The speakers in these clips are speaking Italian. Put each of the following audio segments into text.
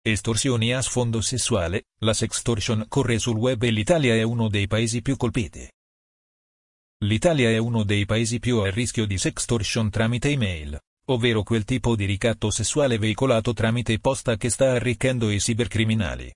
Estorsioni a sfondo sessuale, la sextortion corre sul web e l'Italia è uno dei paesi più colpiti. L'Italia è uno dei paesi più a rischio di sextortion tramite email, ovvero quel tipo di ricatto sessuale veicolato tramite posta che sta arricchendo i cybercriminali.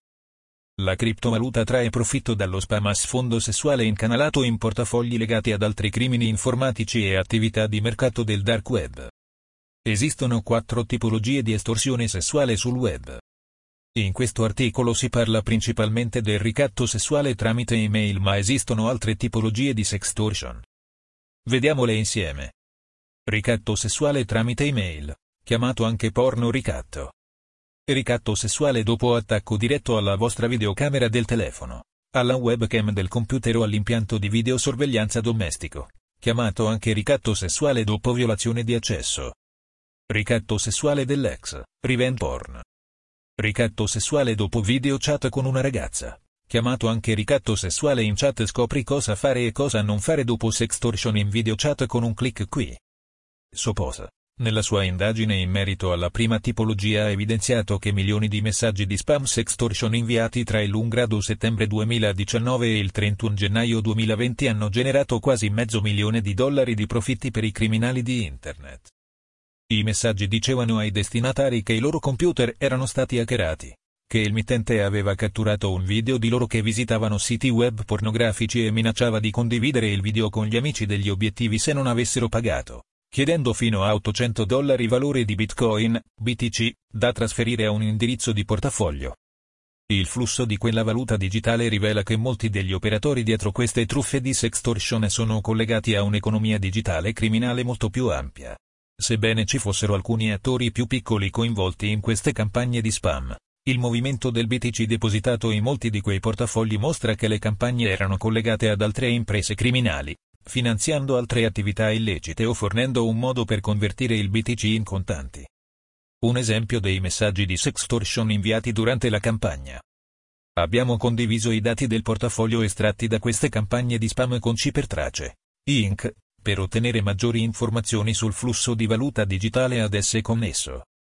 La criptovaluta trae profitto dallo spam a sfondo sessuale incanalato in portafogli legati ad altri crimini informatici e attività di mercato del dark web. Esistono 4 tipologie di estorsione sessuale sul web. In questo articolo si parla principalmente del ricatto sessuale tramite email, ma esistono altre tipologie di sextortion. Vediamole insieme. Ricatto sessuale tramite email, chiamato anche porno ricatto. Ricatto sessuale dopo attacco diretto alla vostra videocamera del telefono, alla webcam del computer o all'impianto di videosorveglianza domestico, chiamato anche ricatto sessuale dopo violazione di accesso. Ricatto sessuale dell'ex, revenge porn. Ricatto sessuale dopo video chat con una ragazza, chiamato anche ricatto sessuale in chat. Scopri cosa fare e cosa non fare dopo sextortion in video chat con un click qui. Soposa, nella sua indagine in merito alla prima tipologia, ha evidenziato che milioni di messaggi di spam sextortion inviati tra il 1 grado settembre 2019 e il 31 gennaio 2020 hanno generato quasi $500,000 di profitti per i criminali di internet. I messaggi dicevano ai destinatari che i loro computer erano stati hackerati, che il mittente aveva catturato un video di loro che visitavano siti web pornografici e minacciava di condividere il video con gli amici degli obiettivi se non avessero pagato, chiedendo fino a $800 valore di Bitcoin, BTC, da trasferire a un indirizzo di portafoglio. Il flusso di quella valuta digitale rivela che molti degli operatori dietro queste truffe di sextortion sono collegati a un'economia digitale criminale molto più ampia. Sebbene ci fossero alcuni attori più piccoli coinvolti in queste campagne di spam, il movimento del BTC depositato in molti di quei portafogli mostra che le campagne erano collegate ad altre imprese criminali, finanziando altre attività illecite o fornendo un modo per convertire il BTC in contanti. Un esempio dei messaggi di sextortion inviati durante la campagna. Abbiamo condiviso i dati del portafoglio estratti da queste campagne di spam con Cibertrace, Inc., per ottenere maggiori informazioni sul flusso di valuta digitale ad esse connesso.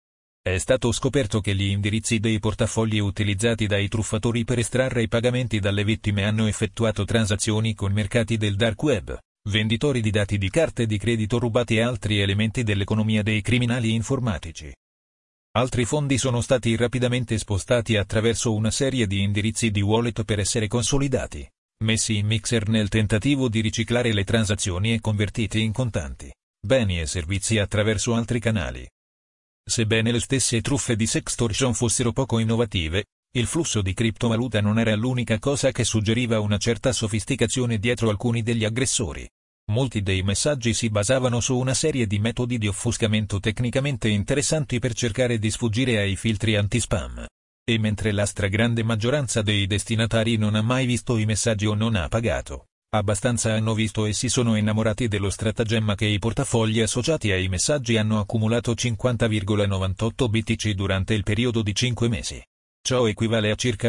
È stato scoperto che gli indirizzi dei portafogli utilizzati dai truffatori per estrarre i pagamenti dalle vittime hanno effettuato transazioni con mercati del dark web, venditori di dati di carte di credito rubati e altri elementi dell'economia dei criminali informatici. Altri fondi sono stati rapidamente spostati attraverso una serie di indirizzi di wallet per essere consolidati, messi in mixer nel tentativo di riciclare le transazioni e convertiti in contanti, beni e servizi attraverso altri canali. Sebbene le stesse truffe di sextortion fossero poco innovative, il flusso di criptovaluta non era l'unica cosa che suggeriva una certa sofisticazione dietro alcuni degli aggressori. Molti dei messaggi si basavano su una serie di metodi di offuscamento tecnicamente interessanti per cercare di sfuggire ai filtri anti-spam. E mentre la stragrande maggioranza dei destinatari non ha mai visto i messaggi o non ha pagato, abbastanza hanno visto e si sono innamorati dello stratagemma che i portafogli associati ai messaggi hanno accumulato 50,98 BTC durante il periodo di 5 mesi. Ciò equivale a circa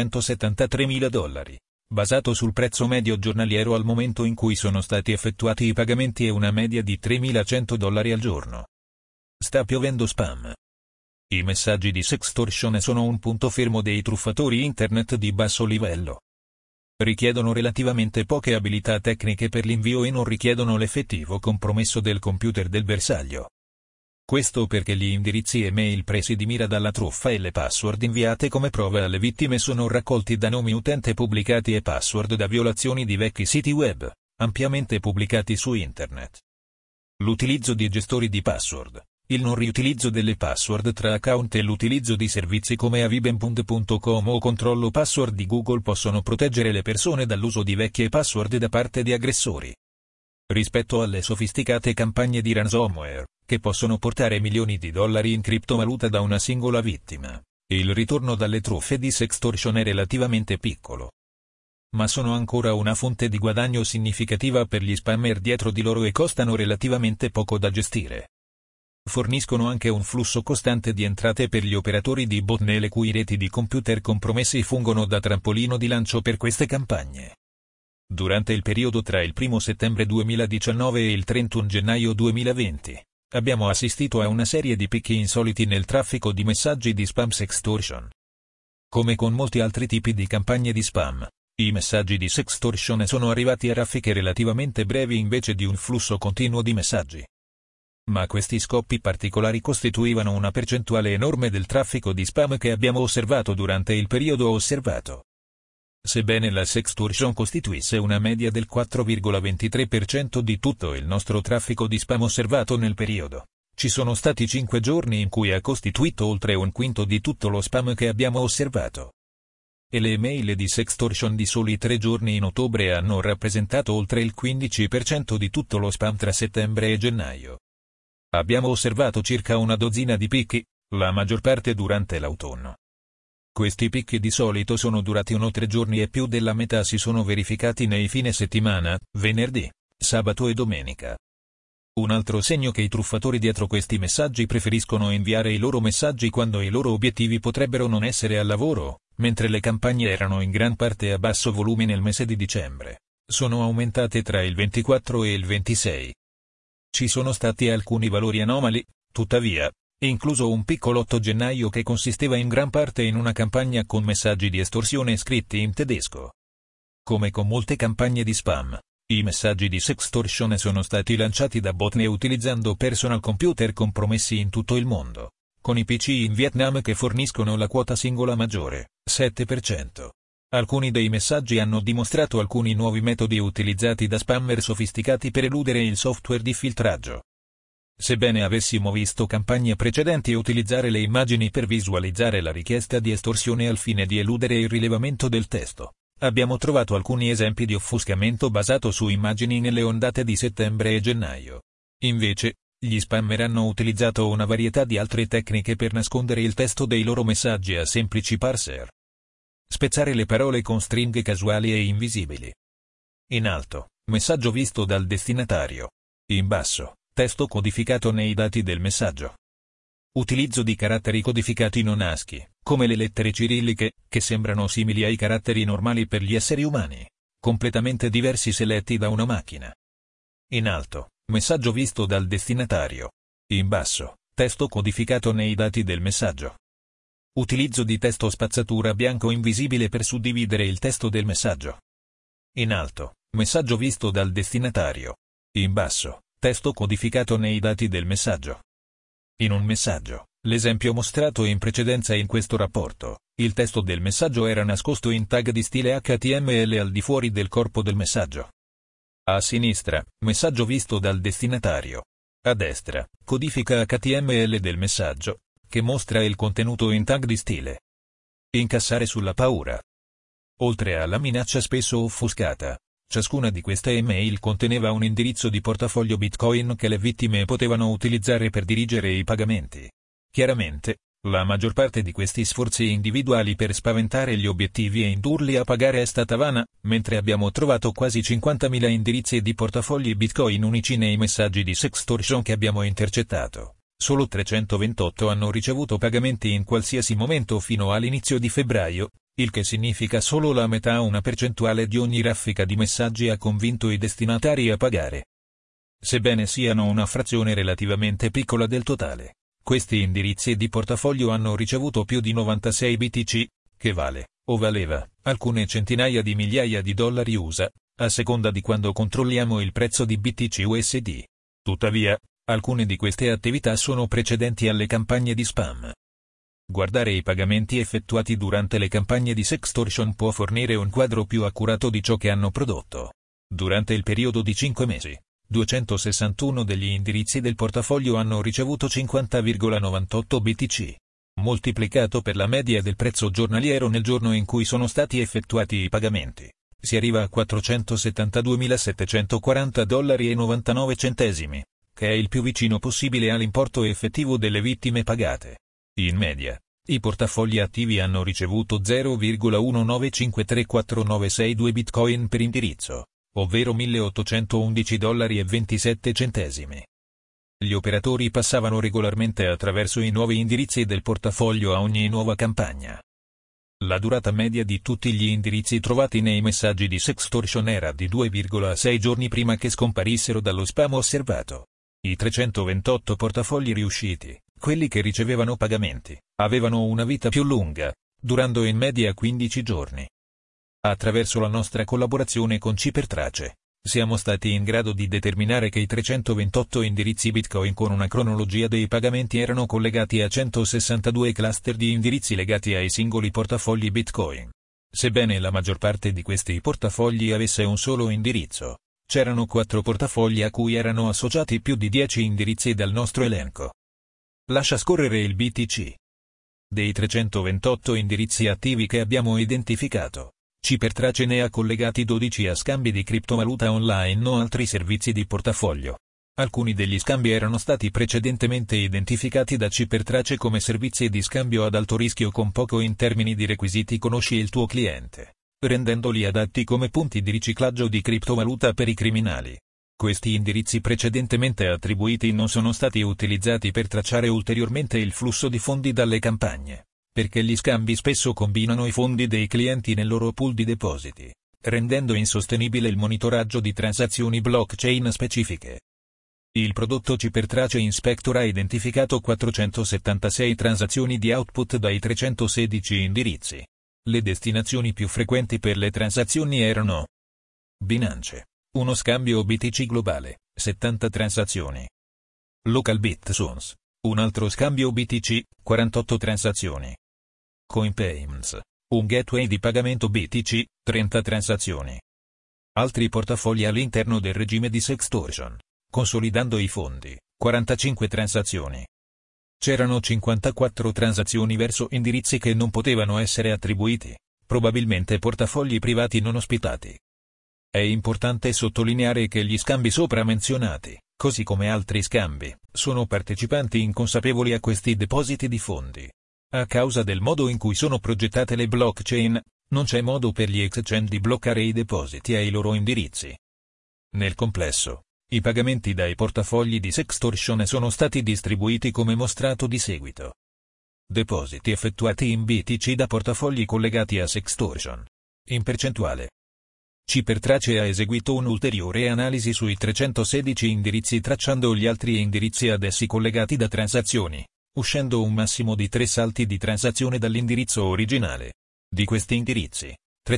$473,000, basato sul prezzo medio giornaliero al momento in cui sono stati effettuati i pagamenti e una media di $3.100 al giorno. Sta piovendo spam. I messaggi di sextortion sono un punto fermo dei truffatori internet di basso livello. Richiedono relativamente poche abilità tecniche per l'invio e non richiedono l'effettivo compromesso del computer del bersaglio. Questo perché gli indirizzi email presi di mira dalla truffa e le password inviate come prova alle vittime sono raccolti da nomi utente pubblicati e password da violazioni di vecchi siti web, ampiamente pubblicati su internet. L'utilizzo di gestori di password, il non riutilizzo delle password tra account e l'utilizzo di servizi come avibem.com o controllo password di Google possono proteggere le persone dall'uso di vecchie password da parte di aggressori. Rispetto alle sofisticate campagne di ransomware, che possono portare milioni di dollari in criptovaluta da una singola vittima, il ritorno dalle truffe di sextortion è relativamente piccolo. Ma sono ancora una fonte di guadagno significativa per gli spammer dietro di loro e costano relativamente poco da gestire. Forniscono anche un flusso costante di entrate per gli operatori di bot nelle cui reti di computer compromessi fungono da trampolino di lancio per queste campagne. Durante il periodo tra il 1 settembre 2019 e il 31 gennaio 2020, abbiamo assistito a una serie di picchi insoliti nel traffico di messaggi di spam sextortion. Come con molti altri tipi di campagne di spam, i messaggi di sextortion sono arrivati a raffiche relativamente brevi invece di un flusso continuo di messaggi. Ma questi scoppi particolari costituivano una percentuale enorme del traffico di spam che abbiamo osservato durante il periodo osservato. Sebbene la sextortion costituisse una media del 4,23% di tutto il nostro traffico di spam osservato nel periodo, ci sono stati 5 giorni in cui ha costituito oltre un quinto di tutto lo spam che abbiamo osservato. E le email di sextortion di soli 3 giorni in ottobre hanno rappresentato oltre il 15% di tutto lo spam tra settembre e gennaio. Abbiamo osservato circa una dozzina di picchi, la maggior parte durante l'autunno. Questi picchi di solito sono durati 1 o 3 giorni e più della metà si sono verificati nei fine settimana, venerdì, sabato e domenica. Un altro segno che i truffatori dietro questi messaggi preferiscono inviare i loro messaggi quando i loro obiettivi potrebbero non essere al lavoro, mentre le campagne erano in gran parte a basso volume nel mese di dicembre, sono aumentate tra il 24 e il 26. Ci sono stati alcuni valori anomali, tuttavia, incluso un piccolo 8 gennaio che consisteva in gran parte in una campagna con messaggi di estorsione scritti in tedesco. Come con molte campagne di spam, i messaggi di sextortion sono stati lanciati da botnet utilizzando personal computer compromessi in tutto il mondo, con i PC in Vietnam che forniscono la quota singola maggiore, 7%. Alcuni dei messaggi hanno dimostrato alcuni nuovi metodi utilizzati da spammer sofisticati per eludere il software di filtraggio. Sebbene avessimo visto campagne precedenti utilizzare le immagini per visualizzare la richiesta di estorsione al fine di eludere il rilevamento del testo, abbiamo trovato alcuni esempi di offuscamento basato su immagini nelle ondate di settembre e gennaio. Invece, gli spammer hanno utilizzato una varietà di altre tecniche per nascondere il testo dei loro messaggi a semplici parser. Spezzare le parole con stringhe casuali e invisibili. In alto, messaggio visto dal destinatario. In basso, testo codificato nei dati del messaggio. Utilizzo di caratteri codificati non ASCII, come le lettere cirilliche, che sembrano simili ai caratteri normali per gli esseri umani, completamente diversi se letti da una macchina. In alto, messaggio visto dal destinatario. In basso, testo codificato nei dati del messaggio. Utilizzo di testo spazzatura bianco invisibile per suddividere il testo del messaggio. In alto, messaggio visto dal destinatario. In basso, testo codificato nei dati del messaggio. In un messaggio, l'esempio mostrato in precedenza in questo rapporto, il testo del messaggio era nascosto in tag di stile HTML al di fuori del corpo del messaggio. A sinistra, messaggio visto dal destinatario. A destra, codifica HTML del messaggio, che mostra il contenuto in tag di stile. Incassare sulla paura. Oltre alla minaccia spesso offuscata, ciascuna di queste email conteneva un indirizzo di portafoglio Bitcoin che le vittime potevano utilizzare per dirigere i pagamenti. Chiaramente, la maggior parte di questi sforzi individuali per spaventare gli obiettivi e indurli a pagare è stata vana, mentre abbiamo trovato quasi 50.000 indirizzi di portafogli Bitcoin unici nei messaggi di sextortion che abbiamo intercettato. Solo 328 hanno ricevuto pagamenti in qualsiasi momento fino all'inizio di febbraio, il che significa solo la metà, una percentuale di ogni raffica di messaggi ha convinto i destinatari a pagare. Sebbene siano una frazione relativamente piccola del totale, questi indirizzi di portafoglio hanno ricevuto più di 96 BTC, che vale, o valeva, alcune centinaia di migliaia di dollari USA, a seconda di quando controlliamo il prezzo di BTC USD. Tuttavia, alcune di queste attività sono precedenti alle campagne di spam. Guardare i pagamenti effettuati durante le campagne di sextortion può fornire un quadro più accurato di ciò che hanno prodotto. Durante il periodo di 5 mesi, 261 degli indirizzi del portafoglio hanno ricevuto 50,98 BTC. Moltiplicato per la media del prezzo giornaliero nel giorno in cui sono stati effettuati i pagamenti, si arriva a $472.740,99, che è il più vicino possibile all'importo effettivo delle vittime pagate. In media, i portafogli attivi hanno ricevuto 0,1953496 Bitcoin per indirizzo, ovvero $1.811,27. Gli operatori passavano regolarmente attraverso i nuovi indirizzi del portafoglio a ogni nuova campagna. La durata media di tutti gli indirizzi trovati nei messaggi di sextortion era di 2,6 giorni prima che scomparissero dallo spam osservato. I 328 portafogli riusciti, quelli che ricevevano pagamenti, avevano una vita più lunga, durando in media 15 giorni. Attraverso la nostra collaborazione con Cipertrace, siamo stati in grado di determinare che i 328 indirizzi Bitcoin con una cronologia dei pagamenti erano collegati a 162 cluster di indirizzi legati ai singoli portafogli Bitcoin. Sebbene la maggior parte di questi portafogli avesse un solo indirizzo, c'erano 4 portafogli a cui erano associati più di 10 indirizzi dal nostro elenco. Lascia scorrere il BTC. Dei 328 indirizzi attivi che abbiamo identificato, Cipertrace ne ha collegati 12 a scambi di criptovaluta online o altri servizi di portafoglio. Alcuni degli scambi erano stati precedentemente identificati da Cipertrace come servizi di scambio ad alto rischio con poco in termini di requisiti conosci il tuo cliente, rendendoli adatti come punti di riciclaggio di criptovaluta per i criminali. Questi indirizzi precedentemente attribuiti non sono stati utilizzati per tracciare ulteriormente il flusso di fondi dalle campagne, perché gli scambi spesso combinano i fondi dei clienti nel loro pool di depositi, rendendo insostenibile il monitoraggio di transazioni blockchain specifiche. Il prodotto Cipertrace Inspector ha identificato 476 transazioni di output dai 316 indirizzi. Le destinazioni più frequenti per le transazioni erano Binance, uno scambio BTC globale, 70 transazioni. LocalBitSons, un altro scambio BTC, 48 transazioni. CoinPayments, un gateway di pagamento BTC, 30 transazioni. Altri portafogli all'interno del regime di sextortion, consolidando i fondi, 45 transazioni. C'erano 54 transazioni verso indirizzi che non potevano essere attribuiti, probabilmente portafogli privati non ospitati. È importante sottolineare che gli scambi sopra menzionati, così come altri scambi, sono partecipanti inconsapevoli a questi depositi di fondi. A causa del modo in cui sono progettate le blockchain, non c'è modo per gli exchange di bloccare i depositi ai loro indirizzi. Nel complesso, i pagamenti dai portafogli di sextortion sono stati distribuiti come mostrato di seguito. Depositi effettuati in BTC da portafogli collegati a sextortion. In percentuale. Cipertrace ha eseguito un'ulteriore analisi sui 316 indirizzi tracciando gli altri indirizzi ad essi collegati da transazioni, uscendo un massimo di 3 salti di transazione dall'indirizzo originale. Di questi indirizzi,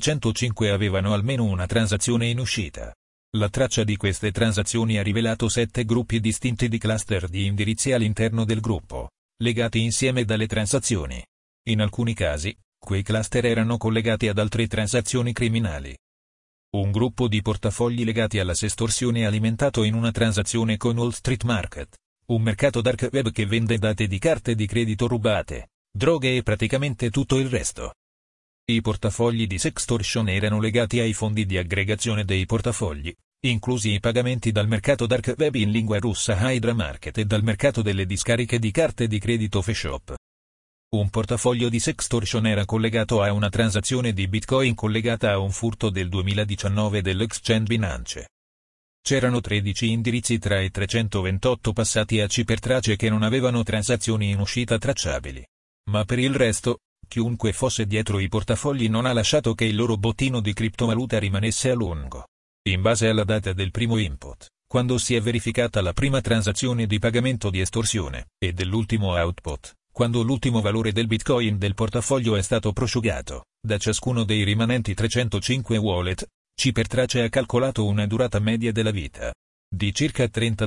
305 avevano almeno una transazione in uscita. La traccia di queste transazioni ha rivelato 7 gruppi distinti di cluster di indirizzi all'interno del gruppo, legati insieme dalle transazioni. In alcuni casi, quei cluster erano collegati ad altre transazioni criminali. Un gruppo di portafogli legati alla sestorsione alimentato in una transazione con Wall Street Market, un mercato dark web che vende date di carte di credito rubate, droghe e praticamente tutto il resto. I portafogli di sextortion erano legati ai fondi di aggregazione dei portafogli, inclusi i pagamenti dal mercato dark web in lingua russa Hydra Market e dal mercato delle discariche di carte di credito Fshop. Un portafoglio di sextortion era collegato a una transazione di Bitcoin collegata a un furto del 2019 dell'exchange Binance. C'erano 13 indirizzi tra i 328 passati a Cipertrace che non avevano transazioni in uscita tracciabili. Ma per il resto, chiunque fosse dietro i portafogli non ha lasciato che il loro bottino di criptovaluta rimanesse a lungo. In base alla data del primo input, quando si è verificata la prima transazione di pagamento di estorsione, e dell'ultimo output, quando l'ultimo valore del Bitcoin del portafoglio è stato prosciugato, da ciascuno dei rimanenti 305 wallet, Cipertrace ha calcolato una durata media della vita di circa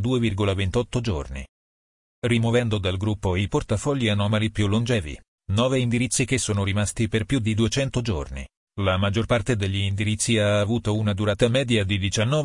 32,28 giorni. Rimuovendo dal gruppo i portafogli anomali più longevi, 9 indirizzi che sono rimasti per più di 200 giorni. La maggior parte degli indirizzi ha avuto una durata media di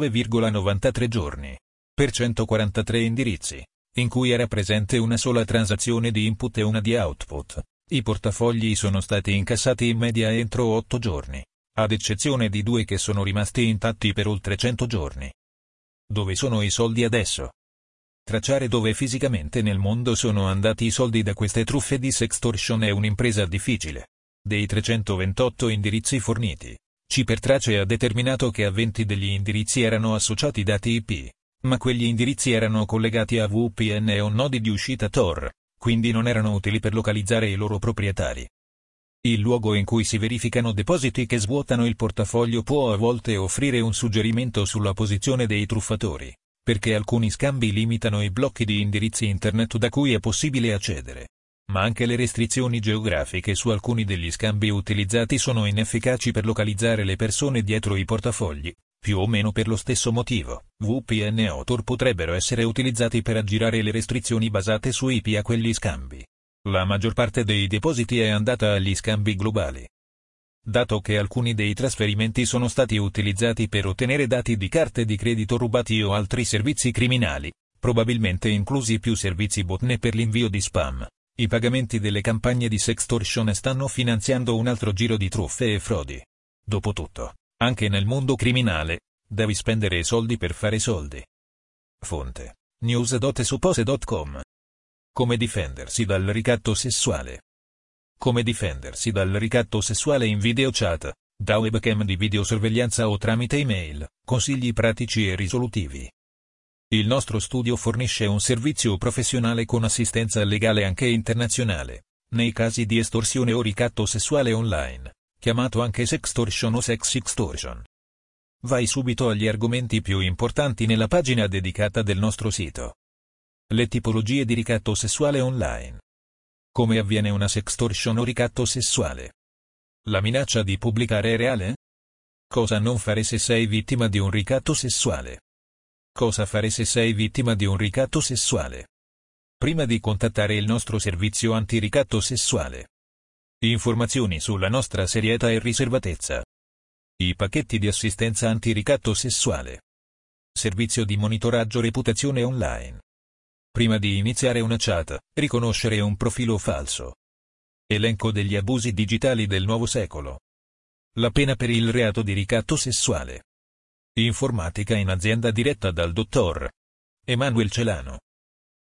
19,93 giorni. Per 143 indirizzi, in cui era presente una sola transazione di input e una di output, i portafogli sono stati incassati in media entro 8 giorni, ad eccezione di 2 che sono rimasti intatti per oltre 100 giorni. Dove sono i soldi adesso? Tracciare dove fisicamente nel mondo sono andati i soldi da queste truffe di sextortion è un'impresa difficile. Dei 328 indirizzi forniti, Cipertrace ha determinato che a 20 degli indirizzi erano associati dati IP, ma quegli indirizzi erano collegati a VPN o nodi di uscita Tor, quindi non erano utili per localizzare i loro proprietari. Il luogo in cui si verificano depositi che svuotano il portafoglio può a volte offrire un suggerimento sulla posizione dei truffatori. Perché alcuni scambi limitano i blocchi di indirizzi internet da cui è possibile accedere. Ma anche le restrizioni geografiche su alcuni degli scambi utilizzati sono inefficaci per localizzare le persone dietro i portafogli. Più o meno per lo stesso motivo, VPN o Tor potrebbero essere utilizzati per aggirare le restrizioni basate su IP a quegli scambi. La maggior parte dei depositi è andata agli scambi globali. Dato che alcuni dei trasferimenti sono stati utilizzati per ottenere dati di carte di credito rubati o altri servizi criminali, probabilmente inclusi più servizi botnet per l'invio di spam, i pagamenti delle campagne di sextortion stanno finanziando un altro giro di truffe e frodi. Dopotutto, anche nel mondo criminale, devi spendere soldi per fare soldi. Fonte: news.supose.com. Come difendersi dal ricatto sessuale. Come difendersi dal ricatto sessuale in video chat, da webcam di videosorveglianza o tramite email, consigli pratici e risolutivi. Il nostro studio fornisce un servizio professionale con assistenza legale anche internazionale, nei casi di estorsione o ricatto sessuale online, chiamato anche sextortion o sex extortion. Vai subito agli argomenti più importanti nella pagina dedicata del nostro sito. Le tipologie di ricatto sessuale online. Come avviene una sextortion o ricatto sessuale? La minaccia di pubblicare è reale? Cosa non fare se sei vittima di un ricatto sessuale? Cosa fare se sei vittima di un ricatto sessuale? Prima di contattare il nostro servizio antiricatto sessuale. Informazioni sulla nostra serietà e riservatezza. I pacchetti di assistenza antiricatto sessuale. Servizio di monitoraggio reputazione online. Prima di iniziare una chat, riconoscere un profilo falso. Elenco degli abusi digitali del nuovo secolo. La pena per il reato di ricatto sessuale. Informatica in azienda diretta dal dottor Emanuel Celano.